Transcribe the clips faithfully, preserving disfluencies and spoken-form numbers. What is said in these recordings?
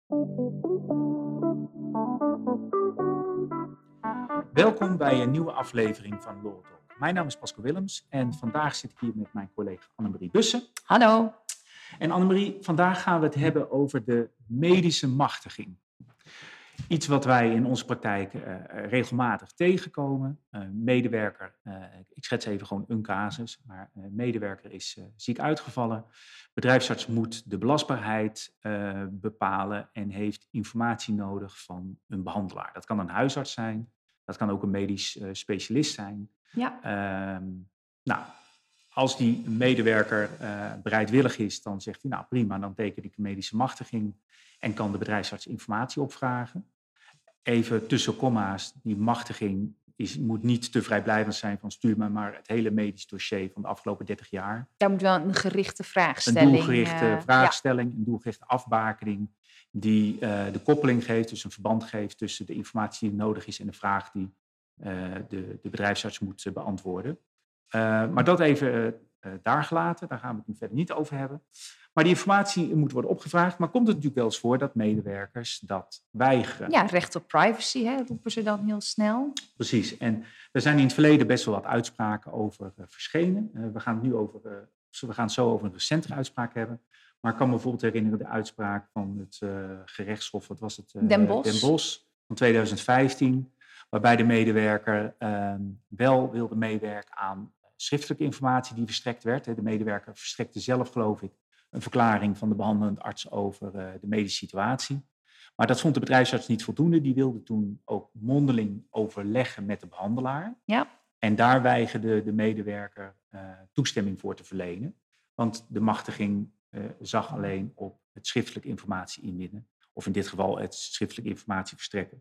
Welkom bij een nieuwe aflevering van Law Talk. Mijn naam is Pascal Willems en vandaag zit ik hier met mijn collega Annemarie Bussen. Hallo. En Annemarie, vandaag gaan we het hebben over de medische machtiging. Iets wat wij in onze praktijk uh, regelmatig tegenkomen. Uh, medewerker, uh, ik schets even gewoon een casus, maar uh, medewerker is uh, ziek uitgevallen. Bedrijfsarts moet de belastbaarheid uh, bepalen en heeft informatie nodig van een behandelaar. Dat kan een huisarts zijn, dat kan ook een medisch uh, specialist zijn. Ja. Uh, nou, als die medewerker uh, bereidwillig is, dan zegt hij, nou prima, dan teken ik een medische machtiging en kan de bedrijfsarts informatie opvragen. Even tussen komma's, die machtiging is, moet niet te vrijblijvend zijn van stuur me maar het hele medisch dossier van de afgelopen dertig jaar. Daar moet wel een gerichte vraagstelling. Een doelgerichte uh, vraagstelling, ja. Een doelgerichte afbakening die uh, de koppeling geeft, dus een verband geeft tussen de informatie die nodig is en de vraag die uh, de, de bedrijfsarts moet uh, beantwoorden. Uh, maar dat even uh, uh, daar gelaten, daar gaan we het nu verder niet over hebben. Maar die informatie moet worden opgevraagd. Maar komt het natuurlijk wel eens voor dat medewerkers dat weigeren? Ja, recht op privacy, hè, roepen ze dan heel snel. Precies. En er zijn in het verleden best wel wat uitspraken over uh, verschenen. Uh, we gaan het nu over, uh, we gaan het zo over een recentere uitspraak hebben. Maar ik kan me bijvoorbeeld herinneren de uitspraak van het uh, gerechtshof, wat was het? Uh, Den Bosch. Den Bosch van tweeduizend vijftien. Waarbij de medewerker uh, wel wilde meewerken aan schriftelijke informatie die verstrekt werd. De medewerker verstrekte zelf, geloof ik, een verklaring van de behandelende arts over uh, de medische situatie. Maar dat vond de bedrijfsarts niet voldoende. Die wilde toen ook mondeling overleggen met de behandelaar. Ja. En daar weigerde de medewerker uh, toestemming voor te verlenen. Want de machtiging uh, zag alleen op het schriftelijke informatie inwinnen. Of in dit geval het schriftelijke informatie verstrekken.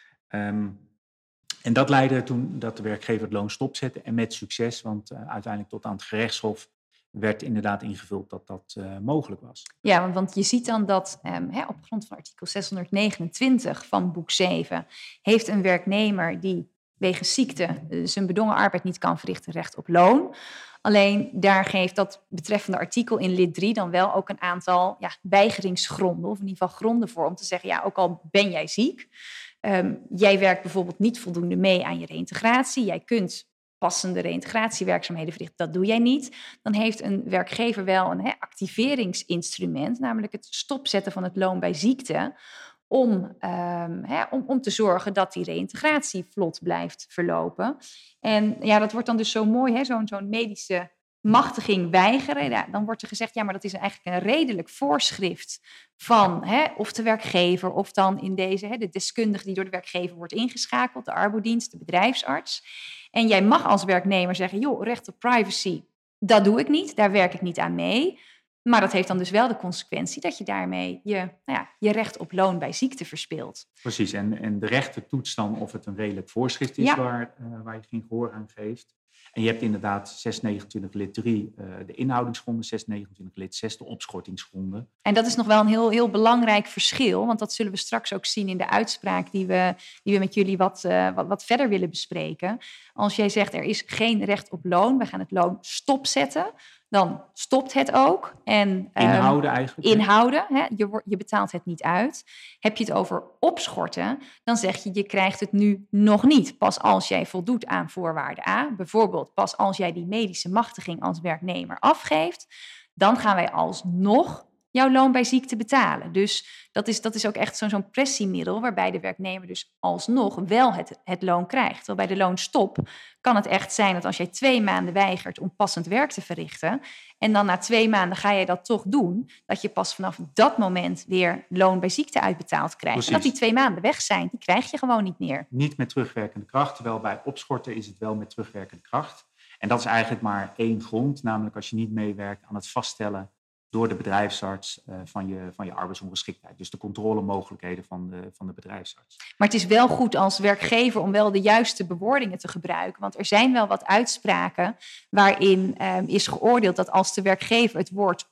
Um, en dat leidde toen dat de werkgever het loon stopzette. En met succes, want uh, uiteindelijk tot aan het gerechtshof werd inderdaad ingevuld dat dat uh, mogelijk was. Ja, want, want je ziet dan dat um, hè, op grond van artikel zeshonderdnegenentwintig van boek zeven... heeft een werknemer die wegens ziekte uh, zijn bedongen arbeid niet kan verrichten recht op loon. Alleen daar geeft dat betreffende artikel in lid drie dan wel ook een aantal ja, weigeringsgronden, of in ieder geval gronden voor om te zeggen, ja, ook al ben jij ziek, um, jij werkt bijvoorbeeld niet voldoende mee aan je reïntegratie, jij kunt passende reïntegratiewerkzaamheden verrichten, dat doe jij niet. Dan heeft een werkgever wel een he, activeringsinstrument, namelijk het stopzetten van het loon bij ziekte, om, um, he, om, om te zorgen dat die reïntegratie vlot blijft verlopen. En ja, dat wordt dan dus zo mooi, hè, zo'n, zo'n medische machtiging weigeren. Ja, dan wordt er gezegd, ja, maar dat is eigenlijk een redelijk voorschrift van hè, of de werkgever of dan in deze hè, de deskundige die door de werkgever wordt ingeschakeld, de arbodienst, de bedrijfsarts. En jij mag als werknemer zeggen, joh, recht op privacy, dat doe ik niet, daar werk ik niet aan mee. Maar dat heeft dan dus wel de consequentie dat je daarmee je, nou ja, je recht op loon bij ziekte verspeelt. Precies, en, en de rechter toetst dan of het een redelijk voorschrift is ja. waar, uh, waar je geen gehoor aan geeft. En je hebt inderdaad zeshonderdnegenentwintig lid drie uh, de inhoudingsgronden, zeshonderdnegenentwintig lid zes de opschortingsgronden. En dat is nog wel een heel, heel belangrijk verschil, want dat zullen we straks ook zien in de uitspraak die we, die we met jullie wat, uh, wat, wat verder willen bespreken. Als jij zegt er is geen recht op loon, we gaan het loon stopzetten, dan stopt het ook. En, um, inhouden eigenlijk. Inhouden, hè? Je, je betaalt het niet uit. Heb je het over opschorten, dan zeg je je krijgt het nu nog niet. Pas als jij voldoet aan voorwaarde A, bijvoorbeeld pas als jij die medische machtiging als werknemer afgeeft, dan gaan wij alsnog jouw loon bij ziekte betalen. Dus dat is, dat is ook echt zo'n, zo'n pressiemiddel waarbij de werknemer dus alsnog wel het, het loon krijgt. Terwijl bij de loonstop kan het echt zijn dat als jij twee maanden weigert om passend werk te verrichten en dan na twee maanden ga je dat toch doen, dat je pas vanaf dat moment weer loon bij ziekte uitbetaald krijgt. Precies. En dat die twee maanden weg zijn, die krijg je gewoon niet meer. Niet met terugwerkende kracht, terwijl bij opschorten is het wel met terugwerkende kracht. En dat is eigenlijk maar één grond, namelijk als je niet meewerkt aan het vaststellen door de bedrijfsarts uh, van, je, van je arbeidsongeschiktheid. Dus de controlemogelijkheden van de, van de bedrijfsarts. Maar het is wel goed als werkgever om wel de juiste bewoordingen te gebruiken. Want er zijn wel wat uitspraken waarin uh, is geoordeeld dat als de werkgever het woord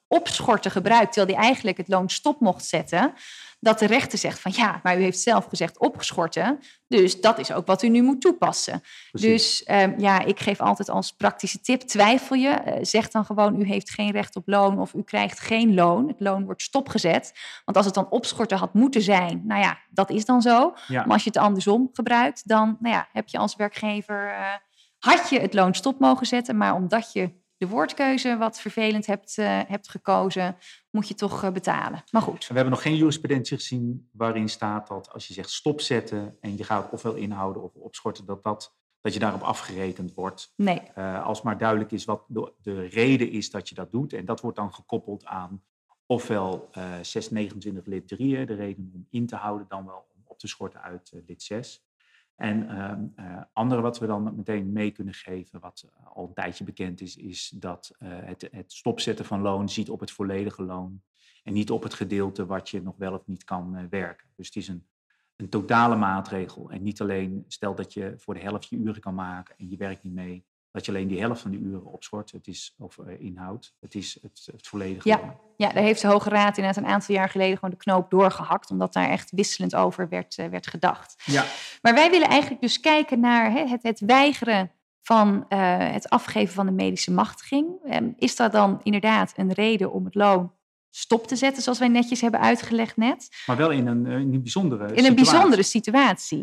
opschorten gebruikt, terwijl hij eigenlijk het loon stop mocht zetten, dat de rechter zegt van ja, maar u heeft zelf gezegd opgeschorten, dus dat is ook wat u nu moet toepassen. Precies. Dus um, ja, ik geef altijd als praktische tip, twijfel je, uh, zeg dan gewoon u heeft geen recht op loon of u krijgt geen loon. Het loon wordt stopgezet, want als het dan opschorten had moeten zijn, nou ja, dat is dan zo. Ja. Maar als je het andersom gebruikt, dan nou ja, heb je als werkgever, uh, had je het loon stop mogen zetten, maar omdat je de woordkeuze wat vervelend hebt, uh, hebt gekozen, moet je toch uh, betalen. Maar goed. We hebben nog geen jurisprudentie gezien waarin staat dat als je zegt stopzetten en je gaat ofwel inhouden of opschorten, dat, dat, dat je daarop afgerekend wordt. Nee. Uh, als maar duidelijk is wat de, de reden is dat je dat doet. En dat wordt dan gekoppeld aan ofwel uh, zes negenentwintig lid drie, de reden om in te houden, dan wel om op te schorten uit uh, lid zes. En uh, uh, andere wat we dan meteen mee kunnen geven, wat uh, al een tijdje bekend is, is dat uh, het, het stopzetten van loon ziet op het volledige loon en niet op het gedeelte wat je nog wel of niet kan uh, werken. Dus het is een, een totale maatregel en niet alleen stel dat je voor de helft je uren kan maken en je werkt niet mee, dat je alleen die helft van de uren opschort, het is, of uh, inhoudt, het is het, het volledige ja. loon. Ja, daar heeft de Hoge Raad inderdaad een aantal jaar geleden gewoon de knoop doorgehakt, omdat daar echt wisselend over werd, uh, werd gedacht. Ja. Maar wij willen eigenlijk dus kijken naar he, het, het weigeren van uh, het afgeven van de medische machtiging. Um, is dat dan inderdaad een reden om het loon stop te zetten, zoals wij netjes hebben uitgelegd net? Maar wel in een, in een bijzondere in situatie. In een bijzondere situatie.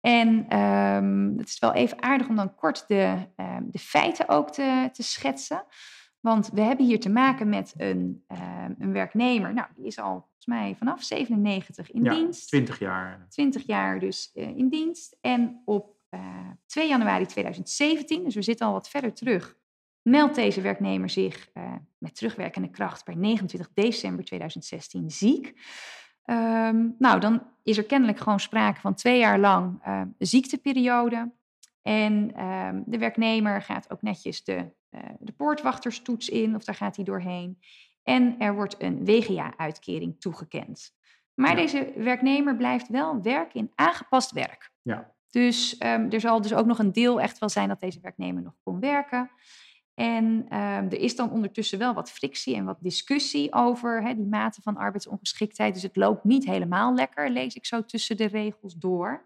En um, het is wel even aardig om dan kort de, um, de feiten ook te, te schetsen. Want we hebben hier te maken met een, uh, een werknemer. Nou, die is al volgens mij vanaf zevenennegentig in ja, dienst. twintig jaar. twintig jaar dus uh, in dienst. En op uh, twee januari tweeduizend zeventien, dus we zitten al wat verder terug, meldt deze werknemer zich uh, met terugwerkende kracht per negenentwintig december tweeduizend zestien ziek. Um, nou, dan is er kennelijk gewoon sprake van twee jaar lang uh, ziekteperiode. En um, de werknemer gaat ook netjes de, uh, de poortwachterstoets in, of daar gaat hij doorheen. En er wordt een W G A-uitkering toegekend. Maar ja. Deze werknemer blijft wel werken in aangepast werk. Ja. Dus um, er zal dus ook nog een deel echt wel zijn dat deze werknemer nog kon werken. En um, er is dan ondertussen wel wat frictie en wat discussie over hè, die mate van arbeidsongeschiktheid. Dus het loopt niet helemaal lekker, lees ik zo tussen de regels door.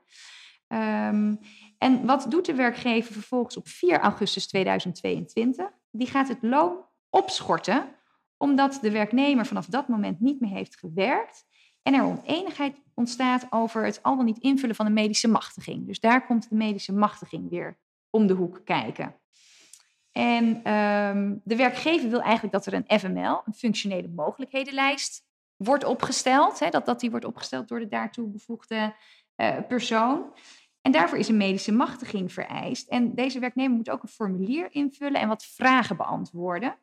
Um, en wat doet de werkgever vervolgens op vier augustus tweeduizend tweeëntwintig? Die gaat het loon opschorten, omdat de werknemer vanaf dat moment niet meer heeft gewerkt en er oneenigheid ontstaat over het al dan niet invullen van de medische machtiging. Dus daar komt de medische machtiging weer om de hoek kijken. En um, de werkgever wil eigenlijk dat er een F M L, een functionele mogelijkhedenlijst, wordt opgesteld. Hè, dat, dat die wordt opgesteld door de daartoe bevoegde uh, persoon. En daarvoor is een medische machtiging vereist. En deze werknemer moet ook een formulier invullen en wat vragen beantwoorden.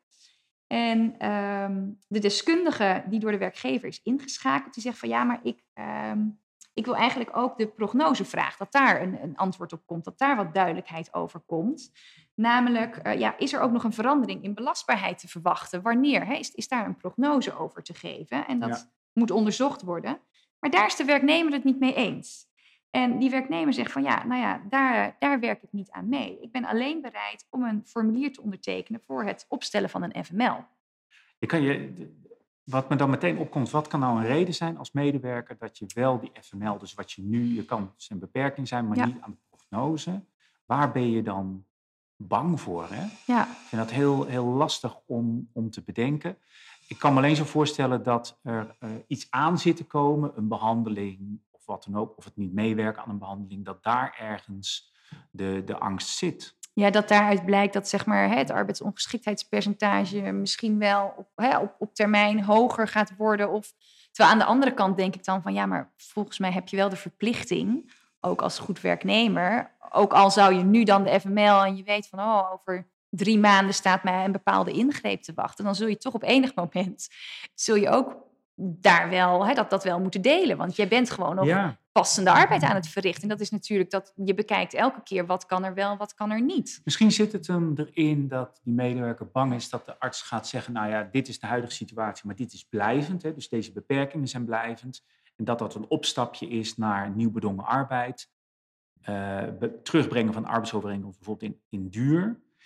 En um, de deskundige die door de werkgever is ingeschakeld, die zegt van ja, maar ik, um, ik wil eigenlijk ook de prognosevraag, dat daar een, een antwoord op komt, dat daar wat duidelijkheid over komt. Namelijk, uh, ja, is er ook nog een verandering in belastbaarheid te verwachten? Wanneer? Hè? Is, is daar een prognose over te geven? En dat ja. moet onderzocht worden. Maar daar is de werknemer het niet mee eens. En die werknemer zegt van ja, nou ja, daar, daar werk ik niet aan mee. Ik ben alleen bereid om een formulier te ondertekenen voor het opstellen van een F M L. Je kan je, wat me dan meteen opkomt, wat kan nou een reden zijn als medewerker dat je wel die F M L, dus wat je nu, je kan zijn beperking zijn, maar ja. niet aan de prognose. Waar ben je dan bang voor? Hè? Ja. Ik vind dat heel, heel lastig om, om te bedenken. Ik kan me alleen zo voorstellen dat er uh, iets aan zit te komen, een behandeling of wat dan ook, of het niet meewerken aan een behandeling, dat daar ergens de, de angst zit. Ja, dat daaruit blijkt dat zeg maar, het arbeidsongeschiktheidspercentage misschien wel op, hè, op, op termijn hoger gaat worden. Of, terwijl aan de andere kant denk ik dan van ja, maar volgens mij heb je wel de verplichting, ook als goed werknemer, ook al zou je nu dan de F M L en je weet van oh, over drie maanden staat mij een bepaalde ingreep te wachten, dan zul je toch op enig moment, zul je ook daar wel, hè, dat, dat wel moeten delen. Want jij bent gewoon nog ja. passende arbeid aan het verrichten. En dat is natuurlijk dat je bekijkt elke keer wat kan er wel, wat kan er niet. Misschien zit het hem erin dat die medewerker bang is dat de arts gaat zeggen, nou ja, dit is de huidige situatie, maar dit is blijvend. Hè, dus deze beperkingen zijn blijvend. En dat dat een opstapje is naar nieuw bedongen arbeid. Uh, be- terugbrengen van arbeidsovereenkomst bijvoorbeeld in, in duur.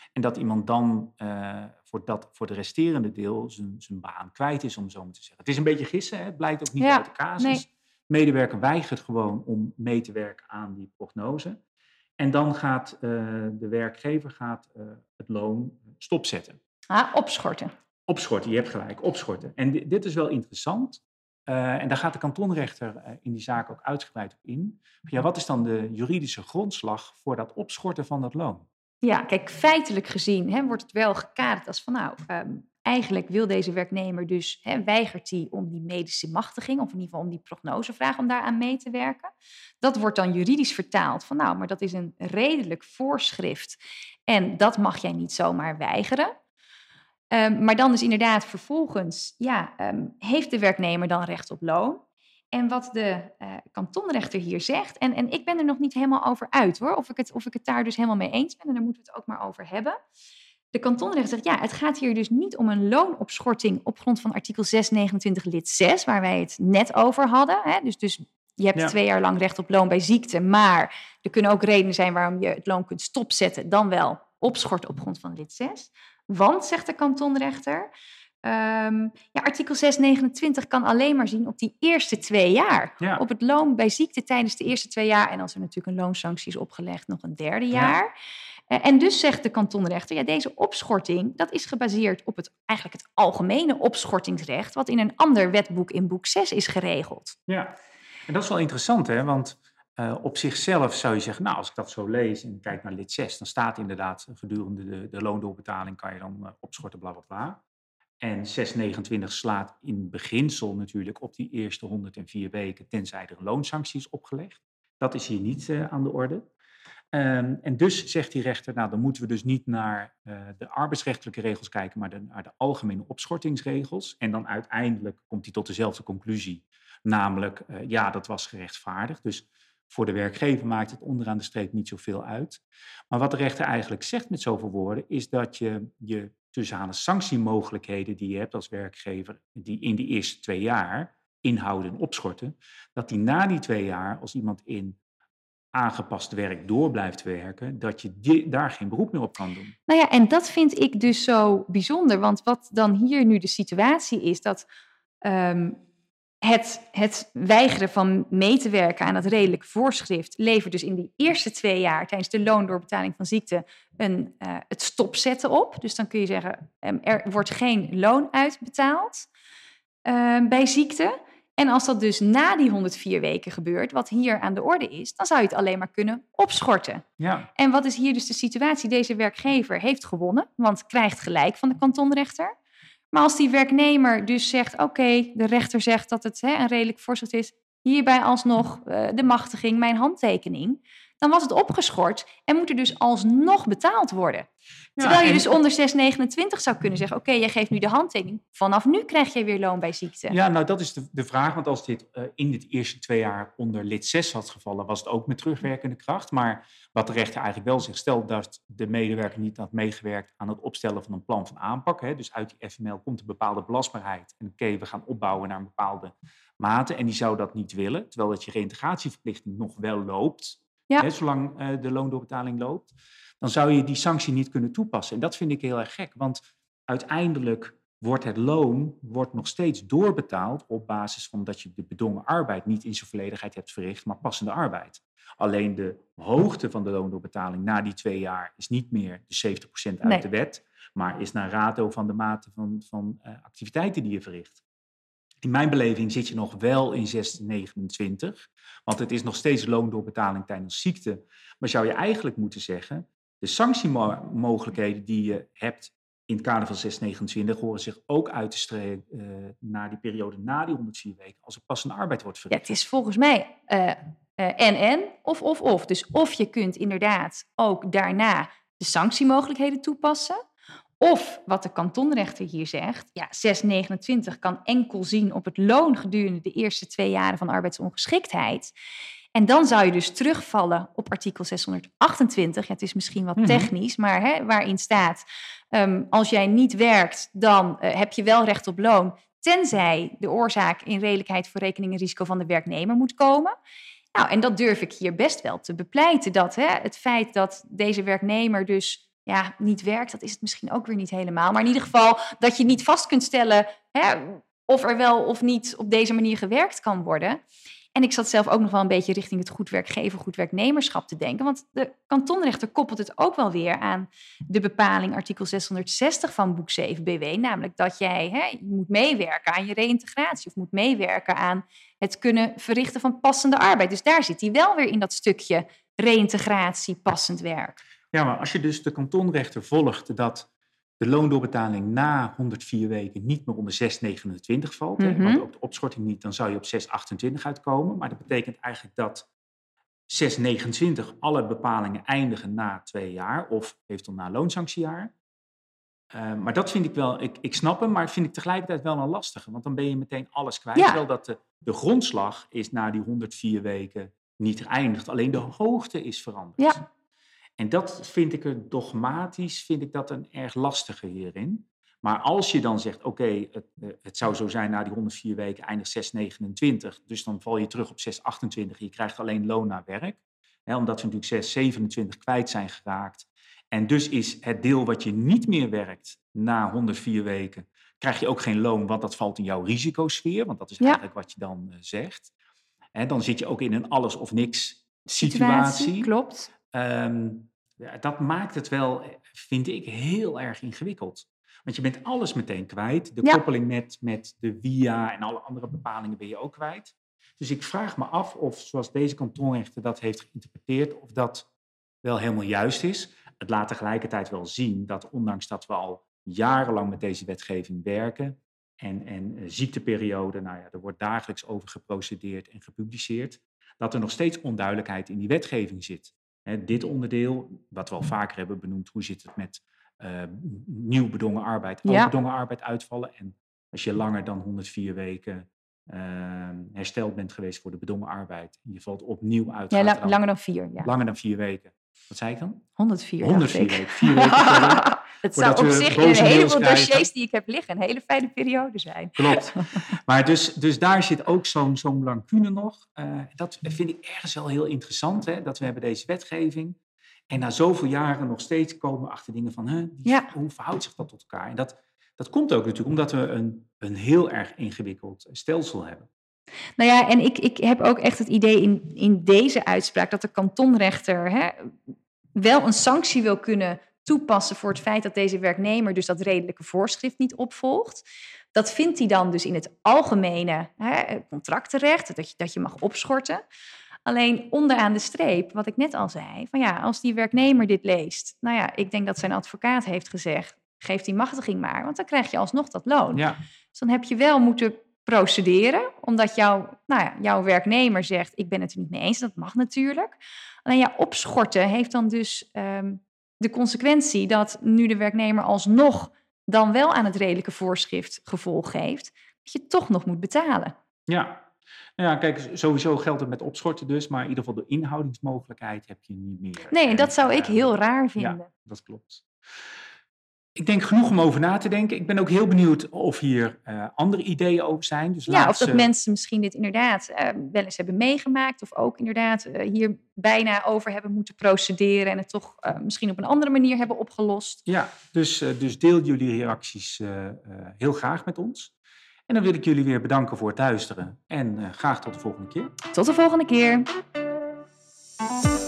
En dat iemand dan uh, voor, dat, voor de resterende deel zijn, zijn baan kwijt is, om zo maar te zeggen. Het is een beetje gissen, hè? Het blijkt ook niet Ja, uit de casus. nee. Medewerker weigert gewoon om mee te werken aan die prognose. En dan gaat uh, de werkgever gaat, uh, het loon stopzetten. Ah, opschorten. Opschorten, je hebt gelijk, opschorten. En d- dit is wel interessant. Uh, en daar gaat de kantonrechter uh, in die zaak ook uitgebreid op in. Ja, wat is dan de juridische grondslag voor dat opschorten van dat loon? Ja, kijk, feitelijk gezien hè, wordt het wel gekaderd als van nou, um, eigenlijk wil deze werknemer dus, hè, weigert hij om die medische machtiging, of in ieder geval om die prognosevraag, om daaraan mee te werken. Dat wordt dan juridisch vertaald van nou, maar dat is een redelijk voorschrift en dat mag jij niet zomaar weigeren. Um, maar dan is inderdaad vervolgens, ja, um, heeft de werknemer dan recht op loon? En wat de uh, kantonrechter hier zegt, en, en ik ben er nog niet helemaal over uit hoor, of ik, het, of ik het daar dus helemaal mee eens ben, en daar moeten we het ook maar over hebben. De kantonrechter zegt, ja, het gaat hier dus niet om een loonopschorting op grond van artikel zeshonderdnegenentwintig lid zes, waar wij het net over hadden. Hè? Dus, dus je hebt ja. twee jaar lang recht op loon bij ziekte, maar er kunnen ook redenen zijn waarom je het loon kunt stopzetten, dan wel opschorten op grond van lid zes. Want, zegt de kantonrechter, um, ja, artikel zeshonderdnegenentwintig kan alleen maar zien op die eerste twee jaar. Ja. Op het loon bij ziekte tijdens de eerste twee jaar. En als er natuurlijk een loonsanctie is opgelegd, nog een derde jaar. Ja. Uh, en dus zegt de kantonrechter, ja, deze opschorting, dat is gebaseerd op het, eigenlijk het algemene opschortingsrecht, wat in een ander wetboek in boek zes is geregeld. Ja, en dat is wel interessant, hè, want Uh, op zichzelf zou je zeggen, nou, als ik dat zo lees en kijk naar lid zes, dan staat inderdaad gedurende de, de loondoorbetaling kan je dan uh, opschorten, bla, bla, bla. En zeshonderdnegenentwintig slaat in beginsel natuurlijk op die eerste honderdvier weken, tenzij er een loonsanctie is opgelegd. Dat is hier niet uh, aan de orde. Um, en dus zegt die rechter, nou, dan moeten we dus niet naar uh, de arbeidsrechtelijke regels kijken, maar de, naar de algemene opschortingsregels. En dan uiteindelijk komt hij tot dezelfde conclusie, namelijk, uh, ja, dat was gerechtvaardigd. Dus voor de werkgever maakt het onderaan de streep niet zoveel uit. Maar wat de rechter eigenlijk zegt met zoveel woorden, is dat je je tussen aan de sanctiemogelijkheden die je hebt als werkgever, die in die eerste twee jaar inhouden en opschorten, dat die na die twee jaar, als iemand in aangepast werk door blijft werken, dat je die, daar geen beroep meer op kan doen. Nou ja, en dat vind ik dus zo bijzonder, want wat dan hier nu de situatie is, dat um, het, het weigeren van mee te werken aan dat redelijk voorschrift levert dus in die eerste twee jaar tijdens de loondoorbetaling van ziekte een, uh, het stopzetten op. Dus dan kun je zeggen, um, er wordt geen loon uitbetaald uh, bij ziekte. En als dat dus na die honderdvier weken gebeurt, wat hier aan de orde is, dan zou je het alleen maar kunnen opschorten. Ja. En wat is hier dus de situatie? Deze werkgever heeft gewonnen, want krijgt gelijk van de kantonrechter. Maar als die werknemer dus zegt, oké, okay, de rechter zegt dat het hè, een redelijk voorschrift is, hierbij alsnog uh, de machtiging, mijn handtekening, dan was het opgeschort en moet er dus alsnog betaald worden. Ja, Terwijl je en... dus onder zeshonderdnegenentwintig zou kunnen zeggen, oké, okay, jij geeft nu de handtekening, vanaf nu krijg jij weer loon bij ziekte. Ja, nou dat is de, de vraag, want als dit uh, in dit eerste twee jaar onder lid zes had gevallen, was het ook met terugwerkende kracht. Maar wat de rechter eigenlijk wel zegt, stel dat de medewerker niet had meegewerkt aan het opstellen van een plan van aanpak, hè, dus uit die F M L komt een bepaalde belastbaarheid en oké, okay, we gaan opbouwen naar een bepaalde mate en die zou dat niet willen, terwijl dat je reintegratieverplichting nog wel loopt. Ja. Hè, zolang uh, de loondoorbetaling loopt, dan zou je die sanctie niet kunnen toepassen. En dat vind ik heel erg gek, want uiteindelijk wordt het loon wordt nog steeds doorbetaald op basis van dat je de bedongen arbeid niet in zijn volledigheid hebt verricht, maar passende arbeid. Alleen de hoogte van de loondoorbetaling na die twee jaar is niet meer de zeventig procent uit nee. de wet, maar is naar rato van de mate van, van uh, activiteiten die je verricht. In mijn beleving zit je nog wel in zeshonderdnegenentwintig, want het is nog steeds loondoorbetaling tijdens ziekte. Maar zou je eigenlijk moeten zeggen, de sanctiemogelijkheden die je hebt in het kader van zeshonderdnegenentwintig horen zich ook uit te strekken uh, naar die periode na die honderdvier weken, als er passende arbeid wordt verricht. Ja, het is volgens mij uh, uh, en-en, of, of, of. Dus of je kunt inderdaad ook daarna de sanctiemogelijkheden toepassen, of wat de kantonrechter hier zegt, ja, zeshonderdnegenentwintig kan enkel zien op het loon gedurende de eerste twee jaren van arbeidsongeschiktheid. En dan zou je dus terugvallen op artikel zeshonderdachtentwintig. Ja, het is misschien wat technisch, maar hè, waarin staat, um, als jij niet werkt, dan uh, heb je wel recht op loon, tenzij de oorzaak in redelijkheid voor rekening en risico van de werknemer moet komen. Nou, en dat durf ik hier best wel te bepleiten, dat hè, het feit dat deze werknemer dus ja, niet werkt, dat is het misschien ook weer niet helemaal. Maar in ieder geval dat je niet vast kunt stellen, hè, of er wel of niet op deze manier gewerkt kan worden. En ik zat zelf ook nog wel een beetje richting het goed werkgever, goed werknemerschap te denken. Want de kantonrechter koppelt het ook wel weer aan de bepaling artikel zeshonderdzestig van boek zeven B W. Namelijk dat jij hè, je moet meewerken aan je reïntegratie of moet meewerken aan het kunnen verrichten van passende arbeid. Dus daar zit hij wel weer in dat stukje reïntegratie, passend werk. Ja, maar als je dus de kantonrechter volgt dat de loondoorbetaling na honderdvier weken niet meer onder zes komma negenentwintig valt, mm-hmm. hè, want ook de opschorting niet, dan zou je op zes komma achtentwintig uitkomen. Maar dat betekent eigenlijk dat zes komma negenentwintig alle bepalingen eindigen na twee jaar of eventueel na loonsanctiejaar. Uh, maar dat vind ik wel, ik, ik snap hem, maar vind ik tegelijkertijd wel een lastige, want dan ben je meteen alles kwijt. Ja. Terwijl dat de, de grondslag is na die honderdvier weken niet geëindigd, alleen de hoogte is veranderd. Ja. En dat vind ik er dogmatisch, vind ik dat een erg lastige hierin. Maar als je dan zegt, oké, okay, het, het zou zo zijn na die honderdvier weken eindigt zes komma negenentwintig. Dus dan val je terug op zes komma achtentwintig. Je krijgt alleen loon naar werk. Hè, omdat we natuurlijk zes komma zevenentwintig kwijt zijn geraakt. En dus is het deel wat je niet meer werkt na honderdvier weken, krijg je ook geen loon, want dat valt in jouw risicosfeer. Want dat is ja. eigenlijk wat je dan uh, zegt. En dan zit je ook in een alles of niks situatie. situatie. Klopt. Um, ja, dat maakt het wel, vind ik, heel erg ingewikkeld. Want je bent alles meteen kwijt. De ja. koppeling met, met de W I A en alle andere bepalingen ben je ook kwijt. Dus ik vraag me af of, zoals deze kantonrechter dat heeft geïnterpreteerd, of dat wel helemaal juist is. Het laat tegelijkertijd wel zien dat, ondanks dat we al jarenlang met deze wetgeving werken en, en uh, ziekteperiode, nou ja, er wordt dagelijks over geprocedeerd en gepubliceerd, dat er nog steeds onduidelijkheid in die wetgeving zit. He, dit onderdeel, wat we al vaker hebben benoemd, hoe zit het met uh, nieuw bedongen arbeid, ja. oud bedongen arbeid uitvallen. En als je langer dan honderdvier weken uh, hersteld bent geweest voor de bedongen arbeid, en je valt opnieuw uit. Ja, la- langer dan vier. Ja. Langer dan vier weken. Wat zei ik dan? honderdvier. honderdvier weken. Vier weken verder. Het zou op zich in een heleboel dossiers die ik heb liggen een hele fijne periode zijn. Klopt. Maar dus, dus daar zit ook zo'n, zo'n lacune nog. Uh, dat vind ik ergens wel heel interessant, hè, dat we hebben deze wetgeving. En na zoveel jaren nog steeds komen we achter dingen van, huh, die, ja. hoe verhoudt zich dat tot elkaar? En dat, dat komt ook natuurlijk omdat we een, een heel erg ingewikkeld stelsel hebben. Nou ja, en ik, ik heb ook echt het idee in, in deze uitspraak dat de kantonrechter hè, wel een sanctie wil kunnen toepassen voor het feit dat deze werknemer dus dat redelijke voorschrift niet opvolgt. Dat vindt hij dan dus in het algemene hè, contractenrecht, dat je, dat je mag opschorten. Alleen onderaan de streep, wat ik net al zei, van ja, als die werknemer dit leest, nou ja, ik denk dat zijn advocaat heeft gezegd, geef die machtiging maar, want dan krijg je alsnog dat loon. Ja. Dus dan heb je wel moeten procederen, omdat jouw, nou ja, jouw werknemer zegt, ik ben het er niet mee eens, dat mag natuurlijk. Alleen ja, opschorten heeft dan dus um, de consequentie dat nu de werknemer alsnog dan wel aan het redelijke voorschrift gevolg geeft, dat je toch nog moet betalen. Ja. Nou ja, kijk, sowieso geldt het met opschorten dus, maar in ieder geval de inhoudingsmogelijkheid heb je niet meer. Nee, en dat zou ik heel raar vinden. Ja, dat klopt. Ik denk genoeg om over na te denken. Ik ben ook heel benieuwd of hier uh, andere ideeën over zijn. Dus ja, of dat ze... mensen misschien dit inderdaad uh, wel eens hebben meegemaakt, of ook inderdaad uh, hier bijna over hebben moeten procederen en het toch uh, misschien op een andere manier hebben opgelost. Ja, dus, uh, dus deel jullie reacties uh, uh, heel graag met ons. En dan wil ik jullie weer bedanken voor het luisteren. En uh, graag tot de volgende keer. Tot de volgende keer.